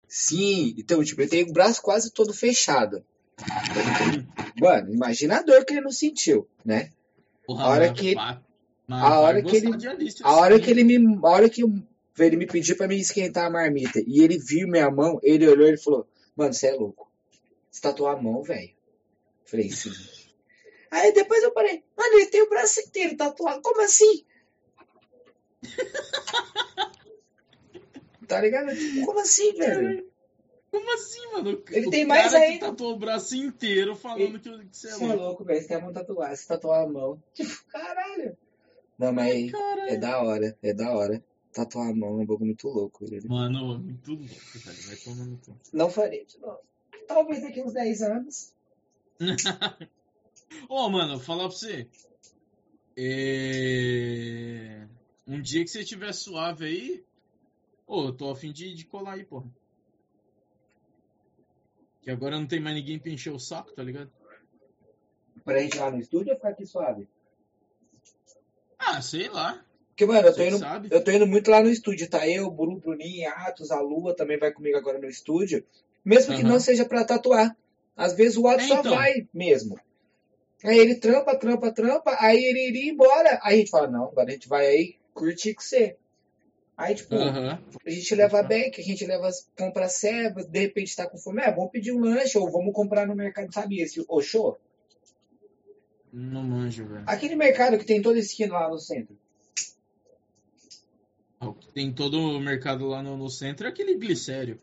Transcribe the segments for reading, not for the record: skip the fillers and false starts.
Sim, então, tipo, ele tem o braço quase todo fechado. Mano, imagina a dor que ele não sentiu, né? Porra, A hora que, mas a vai hora que gostar ele, de Alice a assim, hora que hein? ele me, a hora que ele me pediu pra me esquentar a marmita e ele viu minha mão, ele olhou e falou, mano, você é louco. Você tatuou a mão, velho. Falei, sim. Aí depois eu parei, mano, ele tem o braço inteiro tatuado, como assim? Tá ligado? Tipo, como assim, velho? Como assim, mano? Ele O tem mais cara que ainda. tatuou o braço inteiro falando que você é Você é louco. louco, velho. Você tem a mão tatuada, você tatuou a mão. Tipo, caralho. Não, Ai, mas é caralho. da hora, é da hora. Tatuar a mão é um bagulho muito louco. Ele. Mano, muito louco, velho. Vai tomando cu. Não farei de novo. Talvez daqui uns 10 anos. Ô, mano, vou falar pra você. Um dia que você estiver suave aí, eu tô a fim de colar aí, porra. Que agora não tem mais ninguém pra encher o saco, tá ligado? Pra gente ir lá no estúdio ou ficar aqui suave? Ah, sei lá. Porque, mano, Você que sabe. eu tô indo muito lá no estúdio, tá? Eu, o Bruninho, Atos, a Lua também vai comigo agora no estúdio. Mesmo que não Aham. seja pra tatuar. Às vezes o Atos só Então. vai mesmo. Aí ele trampa, aí ele iria embora. Aí a gente fala, não, agora a gente vai aí curtir com você. Aí, tipo, Aham. a gente Pode leva pá. back, a gente leva, compra ceva, de repente tá com fome, vamos pedir um lanche, ou vamos comprar no mercado, sabe esse Oxô? Não manjo, velho. Aquele mercado que tem toda esquina lá no centro. O que tem todo o mercado lá no centro é aquele glicério.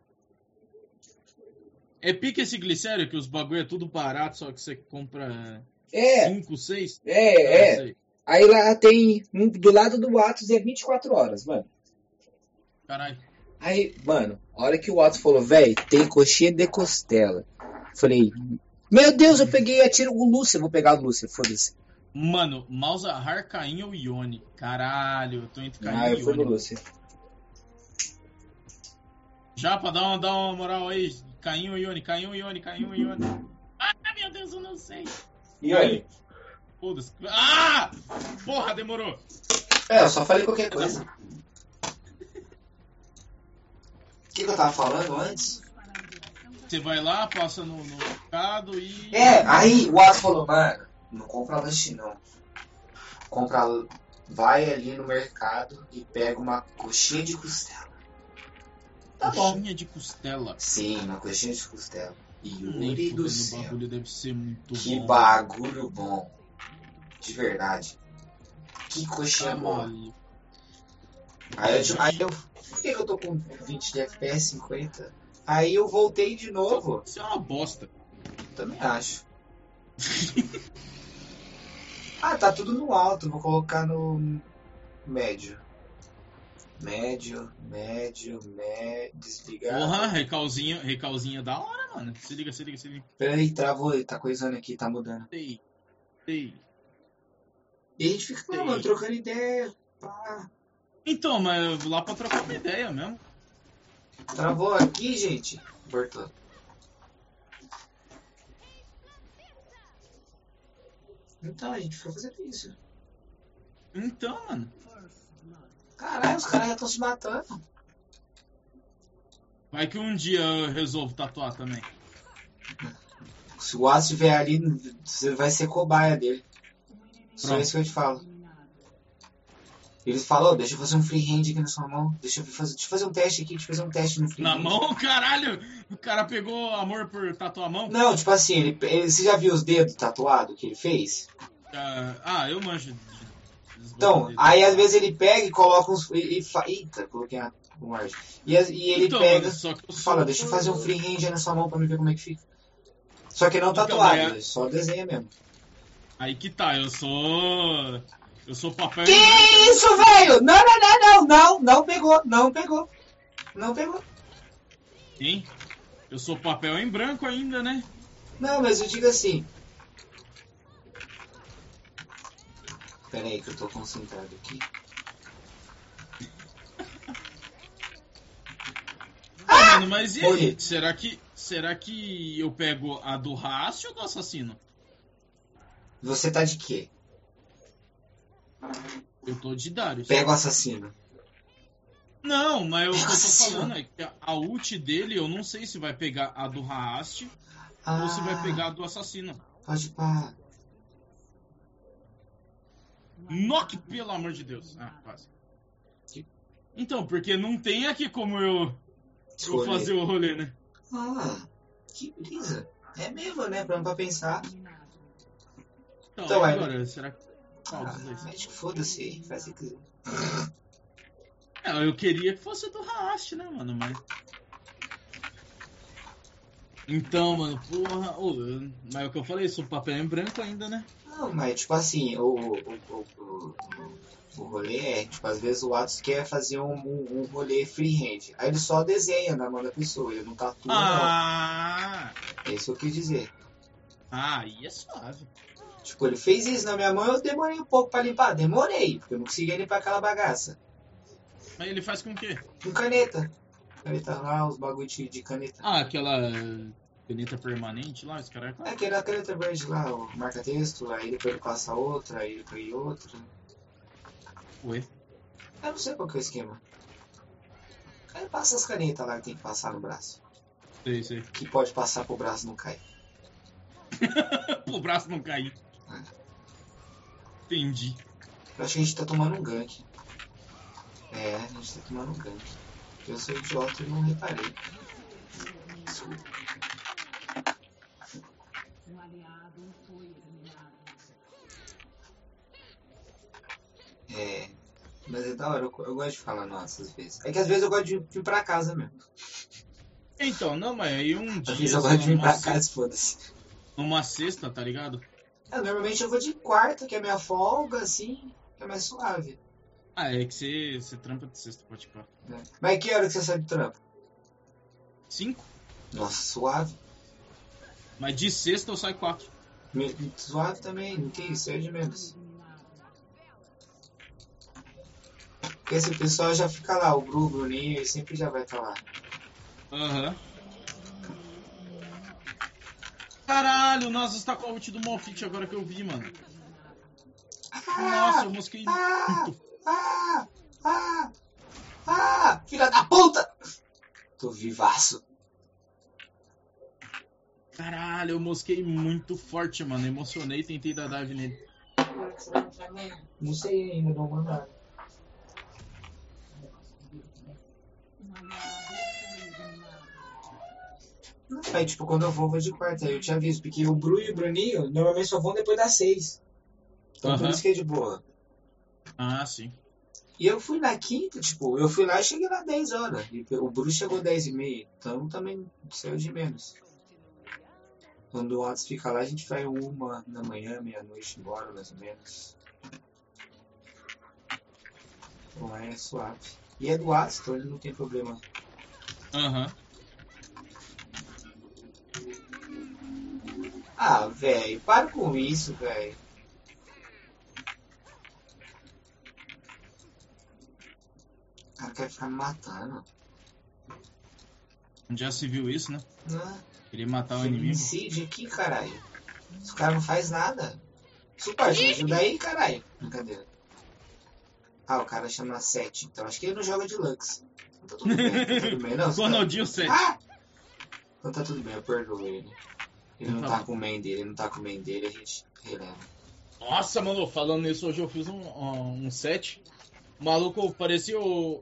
É pique esse glicério que os bagulho é tudo barato, só que você compra É, 5, 6. Ah, é. sei. Aí lá tem, do lado do Atos é 24 horas, mano. Caralho. Aí, mano, a hora que o Atos falou, velho, tem coxinha de costela. Falei, meu Deus, eu peguei e atiro o Lúcio, vou pegar o Lúcio, foda-se. Mano, Malzahar, Caim ou Ione? Caralho, eu tô entre Caim Ah, eu e fui no Ione, mano. Lúcio. Já pra dar uma moral aí, Caim ou Ione, Caim ou Ione, Caim ou Ione. Ah, meu Deus, eu não sei. E Caim. aí? Foda-se. Ah! Porra, demorou. É, eu só falei qualquer coisa. O que eu tava falando antes? Você vai lá, passa no mercado e... Aí o Atos falou, mano, não compra lanche não. Compra, vai ali no mercado e pega uma coxinha de costela. Tá bom. Coxinha de costela. Sim, uma coxinha de costela. Nem Yuri do fudendo, o céu. bagulho deve ser muito Que bom. bagulho bom. De verdade. Que Tá coxinha boa. maluco. Aí eu. Por que eu tô com 20 de FPS, 50? Aí eu voltei de novo. Isso é uma bosta. Também acho. Ah, tá tudo no alto. Vou colocar no médio. Médio. Desligar. Porra, recalzinho da hora, mano. Se liga. Peraí, travou. Tá coisando aqui, tá mudando. Ei. E a gente fica lá, mano, trocando ideia. Pá. Então, mas lá pra trocar uma ideia mesmo. Travou aqui, gente. Voltou. Então, a gente foi fazer isso. Então, mano. Caralho, os caras já estão se matando. Vai que um dia eu resolvo tatuar também. Se o Aço estiver ali, você vai ser cobaia dele. Só Pronto. isso que eu te falo. Ele falou, deixa eu fazer um freehand aqui na sua mão. Deixa eu fazer um teste aqui, deixa eu fazer um teste no freehand. Na mão, caralho! O cara pegou amor por tatuar a mão? Não, tipo assim, você já viu os dedos tatuados que ele fez? Eu manjo. Então, aí às vezes ele pega e coloca uns... Eita, coloquei o margem. E ele Então, pega mano, só que eu fala, sou- deixa eu fazer um freehand na sua mão pra me ver como é que fica. Só que não Então, tatuado, mas só desenha mesmo. aí que tá, eu sou papel Que em branco. isso, velho? Não pegou. Hein? Eu sou papel em branco ainda, né? Não, mas eu digo assim. Pera aí que eu tô concentrado aqui. Mano, mas e aí? Morri. Será que eu pego a do Rácio ou do assassino? Você tá de quê? Eu tô de Darius. Pega o assassino. Não, mas o que eu Nossa tô senhora. falando é que a ult dele, eu não sei se vai pegar a do Haast ou se vai pegar a Ah, do assassino. pode pá. Nock, pelo amor de Deus. Ah, quase. Então, porque não tem aqui como eu fazer Escolher. o rolê, né? Ah, que brisa. É mesmo, né? Pra pensar. Então, Então, e aí, agora? Será que qual dos dois? mete foda-se aí, faz o que quiser. Eu queria que fosse do Haast, né, mano? Mas. Então, mano, porra. Mas é o que eu falei, sou papel em branco ainda, né? Não, mas tipo assim, o rolê é, tipo, às vezes o Atos quer fazer um rolê freehand. Aí ele só desenha na mão da pessoa, ele não tatua não. Ah! É isso que eu quis dizer. Aí é suave. Tipo, ele fez isso na minha mão, eu demorei um pouco pra limpar. Demorei, porque eu não conseguia limpar aquela bagaça. Mas ele faz com o quê? Com caneta. Caneta lá, os bagulho de caneta. Ah, aquela caneta permanente lá, os caras. É aquela caneta verde lá, o marca-texto, aí depois ele passa outra, aí ele põe outra. Ué? Eu não sei qual que é o esquema. Aí passa as canetas lá que tem que passar no braço. Sei, sei. Que pode passar pro braço não cai. O braço não cair. Entendi. Eu acho que a gente tá tomando um gank. É, a gente tá tomando um gank. Eu sou idiota e não reparei. Desculpa. É, mas é da hora, eu gosto de falar nossa às vezes. É que às vezes eu gosto de vir pra casa mesmo. Então, não, mas aí um Às vezes dia, eu sei gosto lá, de vir pra casa, foda-se. numa sexta, tá ligado? É, normalmente eu vou de quarta, que é minha folga, assim, que é mais suave. Ah, é que você trampa de sexta, pode pôr. Né? Mas que hora que você sai do trampo? 5? Nossa, suave. Mas de sexta eu saio 4. Suave também, não tem isso, é de menos. Porque esse pessoal já fica lá, o Bruninho, ele sempre já vai estar lá. Aham. Caralho, nossa, está com a ult do Malfit agora que eu vi, mano. Nossa, eu mosquei muito. Filha da puta! Tô vivaço. Caralho, eu mosquei muito forte, mano. Emocionei e tentei dar dive nele. Não sei ainda, não mandaram. Aí, tipo, quando eu vou de quarta. Aí eu te aviso, porque o Bru e o Bruninho normalmente só vão depois das 6. Então por Aham. isso que é de boa. Ah, sim. E eu fui na quinta, tipo, eu fui lá e cheguei lá 10 horas. E o Bru chegou 10h30. Então também saiu de menos. Quando o Atos fica lá, a gente vai 1h da manhã, meia-noite embora, mais ou menos. Então é suave. E é do Atos, então ele não tem problema. Aham. Ah, velho, para com isso, velho. O cara quer ficar me matando. Já se viu isso, né? Né? Queria matar o inimigo. Feminicídio aqui, caralho. Os caras não faz nada. Suporte, me ajuda aí, caralho. Brincadeira. Ah, o cara chama 7, então acho que ele não joga de Lux. Então tá tudo bem, tá tudo bem. Não, Ronaldinho 7. Ah! Então tá tudo bem, eu perdoo ele. Ele não Tá tá bom. com o main dele, ele não tá com o main dele, a gente releva. Nossa, mano, falando nisso, hoje eu fiz um set. O maluco parecia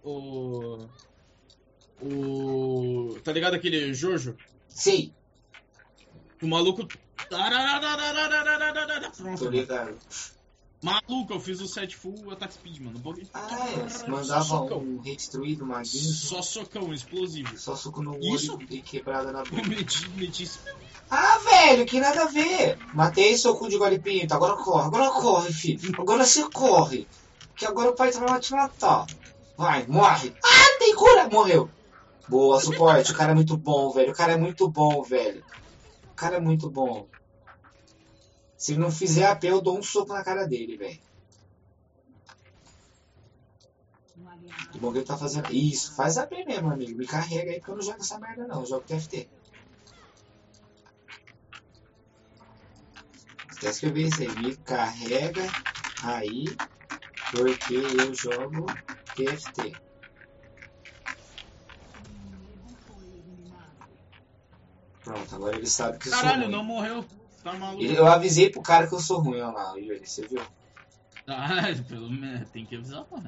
o. Tá ligado aquele Jojo? Sim, O maluco. tô Pronto, mano. ligado. Maluco, eu fiz o set full attack speed, mano. Ah, é, você Só mandava socão. um hit destruído, maguinho. Só socão, explosivo. Só soco no Isso? olho e quebrada na Eu boca. meti isso. Ah, velho, que nada a ver. Matei seu cu de gole pinto. Agora corre, filho. Agora você corre. Que agora o pai vai te matar. Vai, morre. Ah, não tem cura. Morreu. Boa, suporte. O cara é muito bom, velho. O cara é muito bom, velho. O cara é muito bom. Se ele não fizer AP, eu dou um soco na cara dele, velho. Que bom que ele tá fazendo. Isso, faz AP mesmo, amigo. Me carrega aí, porque eu não jogo essa merda, não. Eu jogo TFT. Quer escrever isso aí? Me carrega aí, porque eu jogo TFT. Pronto, agora ele sabe que eu sou Caralho, ruim. não morreu. Tá maluco. Eu avisei pro cara que eu sou ruim, olha lá, Yuri, você viu? Ah, pelo menos tem que avisar, mano.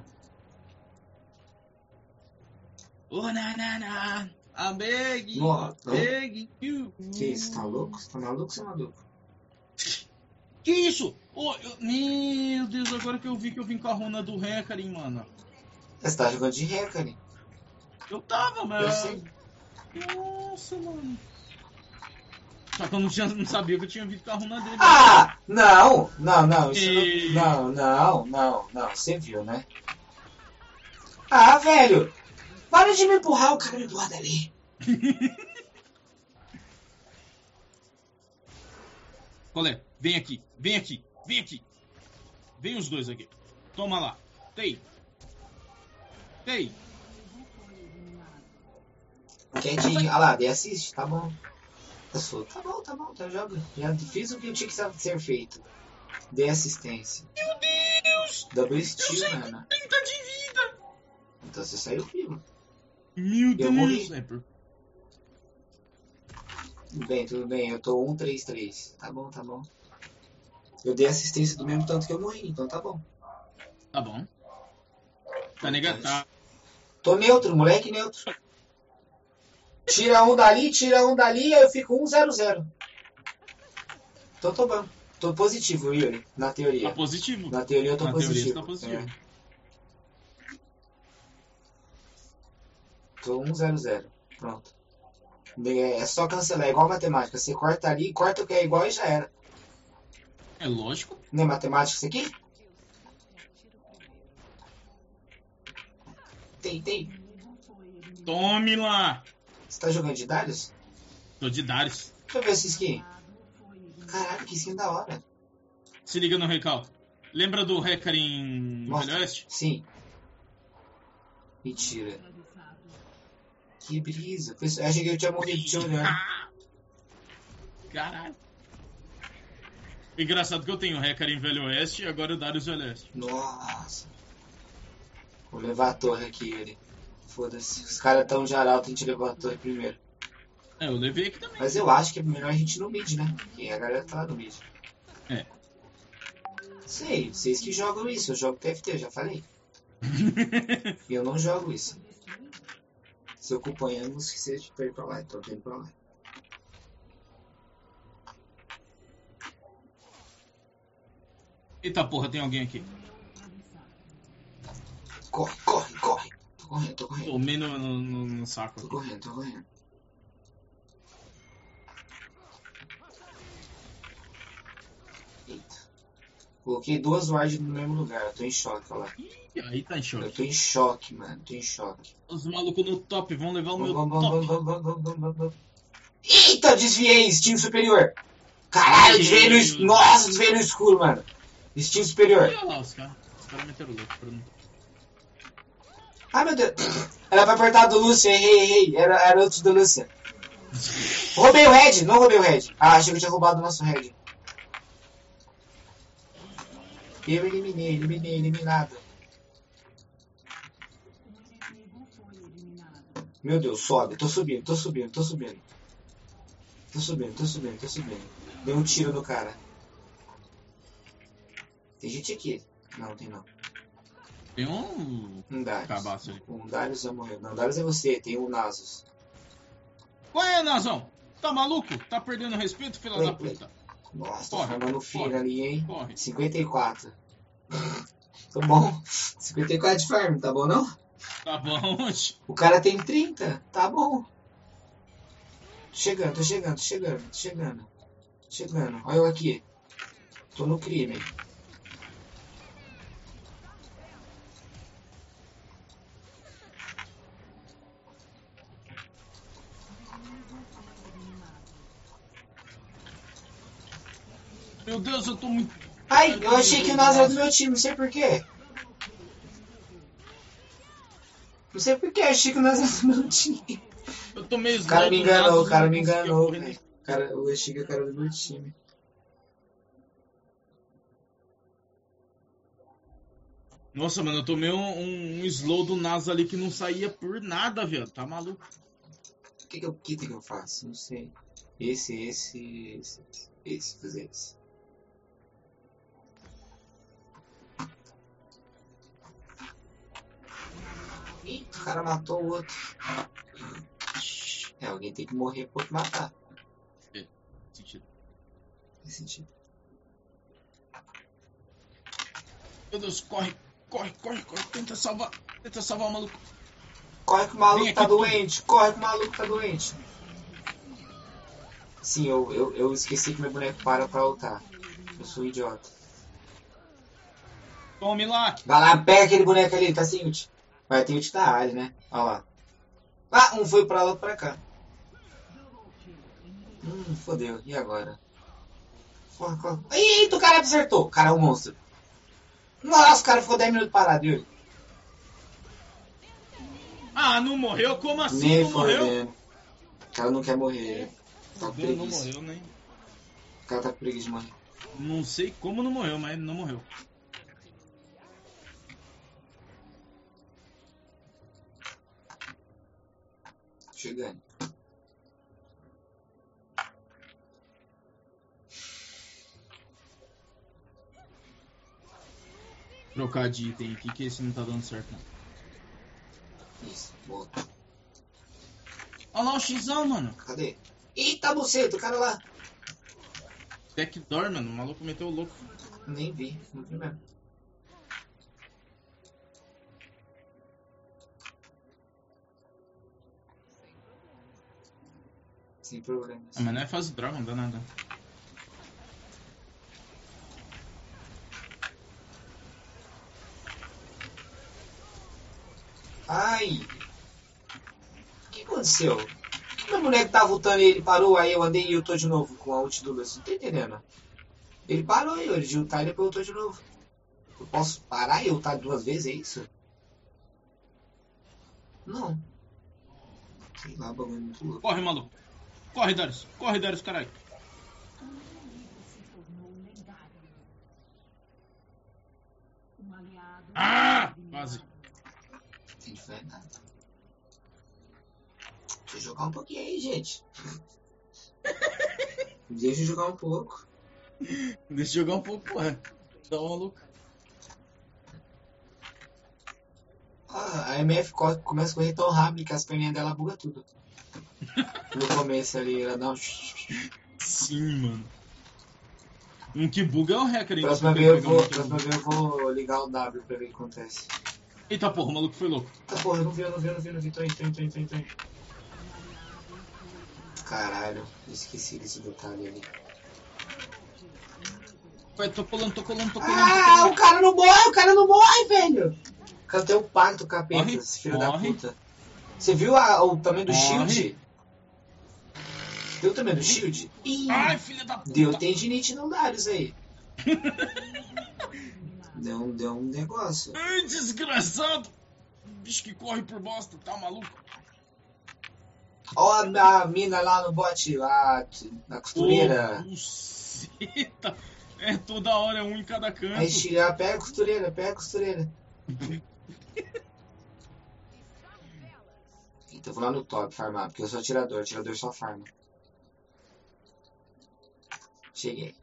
Oh, na. I'm begging, Nossa. begging you. Que isso, tá louco? Você tá maluco ou você é maluco? Que isso? Meu Deus, agora que eu vi que eu vim com a runa do Hecarim, mano. Você tá jogando de ré, cara. Eu tava, mas... Eu sei. Nossa, mano. Só que eu não sabia que eu tinha vindo com a runa dele. Ah! Não! Isso E- não. Você viu, né? Ah, velho! Para de me empurrar, o cara me empurra dali. Colé, vem aqui. Vem os dois aqui. Toma lá. Tei. Quietinho. Olha lá, dei assiste, tá bom. Tá bom, tá jogando. Já fiz o que tinha que ser feito. Dei assistência. Meu Deus! Double steal, mano. 30 de vida! Então você saiu vivo. Meu Deus! morri. É, Tudo bem. Eu tô 1-3-3. Tá bom. Eu dei assistência do mesmo tanto que eu morri, então tá bom. Tá bom. Tá negativo. Tô neutro, moleque neutro. Tira um dali, aí eu fico 1-0-0. Então tô bom. Tô positivo, Yuri, na teoria. Tá positivo. Na teoria eu tô Na positivo. teoria você tá positivo. Tô 1-0-0. Pronto. É só cancelar, é igual matemática. Você corta ali, corta o que é igual e já era. É lógico. Não é matemática isso aqui? Tem. Tome lá. Você tá jogando de Darius? Tô de Darius. Deixa eu ver essa skin. Caralho, que skin da hora. Se liga no recalque. Lembra do Hecarim no Velho Oeste? Sim. Mentira. Que brisa. Eu achei que eu tinha morrido de olhando. Caralho. Engraçado que eu tenho o Hecarim Velho Oeste e agora o Darius Velho Oeste. Nossa. Vou levar a torre aqui, ele. Foda-se. Os caras tão de arauto, a gente levou a torre primeiro. É, eu levei aqui também. Mas eu acho que é melhor a gente ir no mid, né? Porque a galera tá lá no mid. É. Sei, vocês que jogam isso. Eu jogo TFT, eu já falei. E eu não jogo isso. Se eu acompanhamos, que seja pra ir pra lá. Então eu tô indo pra lá. Eita porra, tem alguém aqui. Corre. Tô correndo. Tomei no saco Tô aqui. correndo. Eita. Coloquei 2 wards no mesmo lugar. Eu tô em choque, olha lá. Ih, aí tá em Eu choque. tô em choque, mano. Os malucos no top vão levar o meu top. Vamos. Eita, desviei. Instinto superior. Caralho, desviei no escuro. Nossa, desviei no escuro, mano. Instinto superior. Olha lá os caras. Os caras meteram louco pra mim. Ai, meu Deus. Era pra apertar do Lúcia. Errei. Era outro do Lúcia. Roubei o Red. Não roubei o Red. Ah, achei que eu tinha roubado o nosso Red. Eu eliminado. Meu Deus, sobe. Tô subindo. Dei um tiro no cara. Tem gente aqui. Não, tem não. Tem um Darius. cabaço ali. Um Darius já morreu. Não, Darius é você. Tem um Nasus. Qual é, Nazão? Tá maluco? Tá perdendo respeito, filha da puta? Nossa, Corre, tá formando fino corre, ali, hein? corre. 54. Tá bom. 54 de farm, tá bom não? Tá bom, O cara tem 30. Tá bom. Tô chegando. Olha eu aqui. Tô no crime. Meu Deus, eu tô muito... Ai, eu achei que o Nas era do meu time, não sei porquê. Eu achei que o Nas era do meu time. Eu tô meio... O cara me enganou, velho. velho. Eu achei que o cara era do meu time. Nossa, mano, eu tomei um slow do NASA ali que não saía por nada, velho. Tá maluco? O que eu faço? Não sei. Esse. Fazer esse. Ih, o cara matou o outro. Alguém tem que morrer por matar. Sentido. Faz sentido. Meu Deus, corre. Tenta salvar o maluco. Corre que o maluco tá doente. Corre que o maluco tá doente. Sim, eu esqueci que meu boneco para pra lutar. Eu sou um idiota. Tome lá. Vai lá, pega aquele boneco ali, tá sem ult. Vai ter ult da área, né? Olha lá. Ah, um foi pra lá, outro pra cá. Fodeu. E agora? Corre. Eita, o cara acertou. O cara é um monstro. Nossa, o cara ficou 10 minutos parado, viu? Ah, não morreu? Como assim Nem não morreu? O cara não quer morrer. Tá com preguiça. Não morreu, nem. O cara tá com preguiça de morrer. Não sei como não morreu, mas não morreu. Chegando. Trocar de item aqui, que esse não tá dando certo, não. Isso, boa. Olha lá o Xzão, mano. Cadê? Eita, buceta, o cara lá. Backdoor, mano. O maluco meteu o louco. Nem vi, não vi mesmo. Sem problemas. Ah, mas não é fase droga, não dá nada. Ai! O que aconteceu? Por que meu boneco tava lutando e ele parou, aí eu andei e eu tô de novo com a ult do Lúcio? Não tô entendendo. Ele parou e ele de ultar e depois eu tô de novo. Eu posso parar e ultar 2 vezes, é isso? Não. Sei lá, bagulho muito louco. Corre, maluco. Corre, Darius, caralho. Ah! Quase. Não foi nada. Deixa eu jogar um pouquinho aí, gente. Deixa eu jogar um pouco. Deixa eu jogar um pouco, porra. Tá maluco. A MF começa a correr tão rápido que as perninhas dela bugam tudo. No começo ali, ela dá um... Sim, mano. Um que buga é o hacker, hein? Próxima vez eu vou ligar o W pra ver o que acontece. Eita porra, o maluco foi louco. Eita porra, eu não vi. Tô indo. Caralho, esqueci desse detalhe ali. Vai, tô colando. Ah, o cara não morre, velho! O cara tem um pacto, capeta, esse filho da puta. Você viu o tamanho do shield? Deu o tamanho do shield? Ih, ai, filha da puta. Deu tendinite no Darius aí. Deu um negócio. Ai, desgraçado. Bicho que corre por bosta, tá maluco? Ó a mina lá no bot, na costureira. Buceta. É toda hora, um em cada canto. Aí pega a costureira. Então eu vou lá no top farmar, porque eu sou atirador só farma. Cheguei.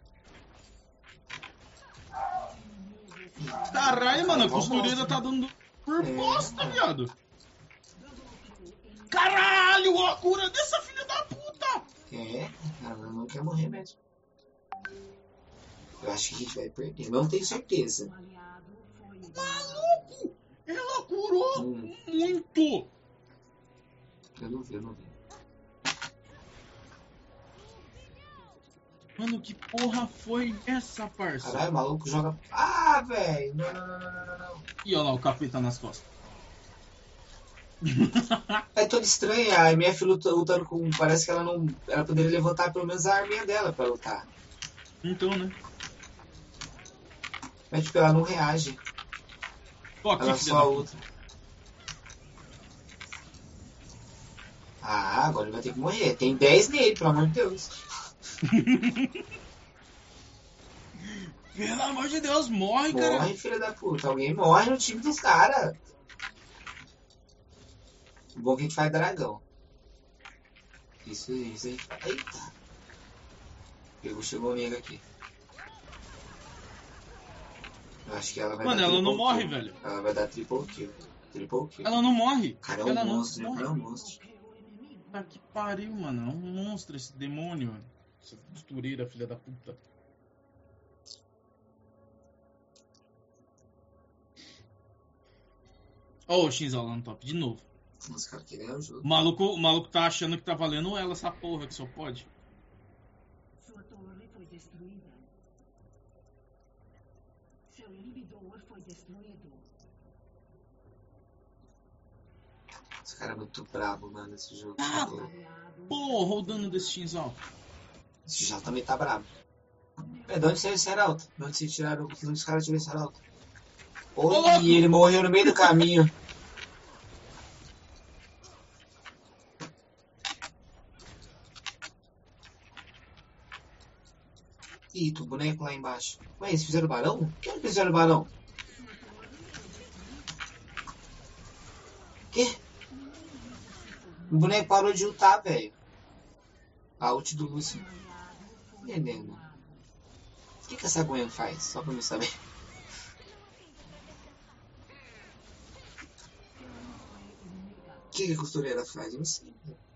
Caralho, mano, a costureira tá dando por bosta, viado. Caralho, a cura dessa filha da puta. Ela não quer morrer mesmo. Eu acho que a gente vai perder, não tenho certeza. Maluco! Ela curou muito! Eu não vi. Mano, que porra foi essa, parça? Caralho, o maluco joga... Ah, velho! Não. E olha lá o capeta nas costas. É toda estranha, a MF lutando com... Parece que ela não... Ela poderia levantar pelo menos a arminha dela pra lutar. Então, né? Mas tipo, ela não reage. Tô aqui, ela filha só da luta. Ah, agora ele vai ter que morrer. Tem 10 nele, pelo amor de Deus. Pelo amor de Deus, morre, cara. Morre, filha da puta. Alguém morre no time dos caras. Bom que a gente faz dragão. Isso aí. Eita. Chegou amiga aqui. Eu acho que ela vai Mano, dar ela triple não morre, kill. velho. Ela vai dar triple kill. Triple kill. Ela não morre. Cara, é Ela um não monstro, morre. cara, é um monstro. Tá que pariu, mano. É um monstro esse demônio, mano. Essa costureira, filha da puta. Ó, o Shinzal lá no top, de novo. Os caras querem ajuda. O maluco tá achando que tá valendo ela, essa porra, que só pode. Sua torre foi destruída. Seu inibidor foi destruído. Esse cara é muito brabo, mano, esse jogo. Ah, porra, o dano desse Shinzal. Esse já também tá brabo. É, de onde saiu esse Arauto? De onde vocês tiraram? De onde os caras tiraram esse Arauto? Oh, e ele morreu no meio do caminho. Ih, tem um boneco lá embaixo. Ué, eles fizeram o barão? Por que eles fizeram o barão? Quê? O boneco parou de ultar, velho. A ult do Lúcio. Entendendo. O que essa Gwen faz? Só pra eu saber. O que a costureira faz? Eu não sei.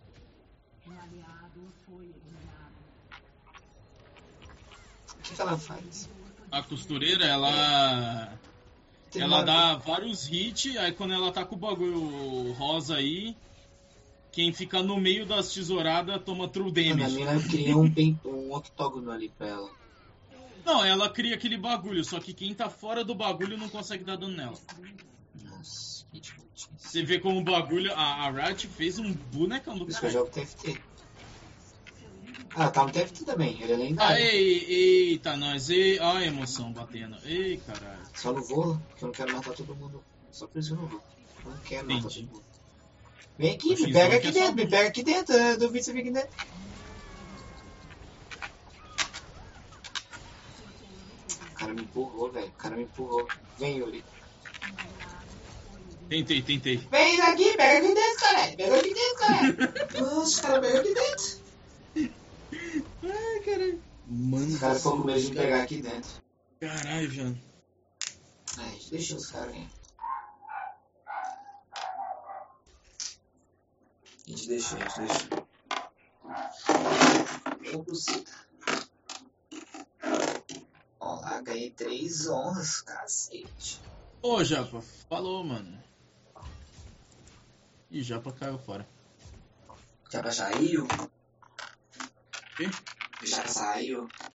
O que ela faz? A costureira, ela Tem ela uma- dá vários hits, aí quando ela tá com o bagulho rosa aí, quem fica no meio das tesouradas toma true Mano, a damage. mina cria um octógono ali pra ela. Não, ela cria aquele bagulho, só que quem tá fora do bagulho não consegue dar dano nela. Nossa, que idiotice. Você vê como o bagulho, a Riot fez um bonecão do Por isso que eu cara. jogo TFT. Ah, tá no TFT também, ele é Ah, lendário. eita, nós. Ó a emoção batendo. Ei, caralho. Só não vou, porque eu não quero matar todo mundo. Só por isso que eu não vou. Eu não quero matar Entendi. todo mundo. Vem aqui, Acho me que pega isso aqui aqui é só dentro, me bom. pega aqui dentro. Eu duvido você vir aqui dentro. O cara me empurrou, velho. O cara me empurrou. Vem, Yuri. Tentei. Vem aqui, pega aqui dentro, caralho. Pega aqui dentro, caralho. Nossa, o cara pega aqui dentro. Ai, caralho. Mano, Os caras ficam com medo de me pegar aqui dentro. Caralho, Jano. Ai, deixa os caras aí. A gente deixa. Ó lá, ganhei 3 honras, cacete. Ô, Japa, falou, mano. Ih, Japa caiu fora. Já saiu? Quê? Já saiu?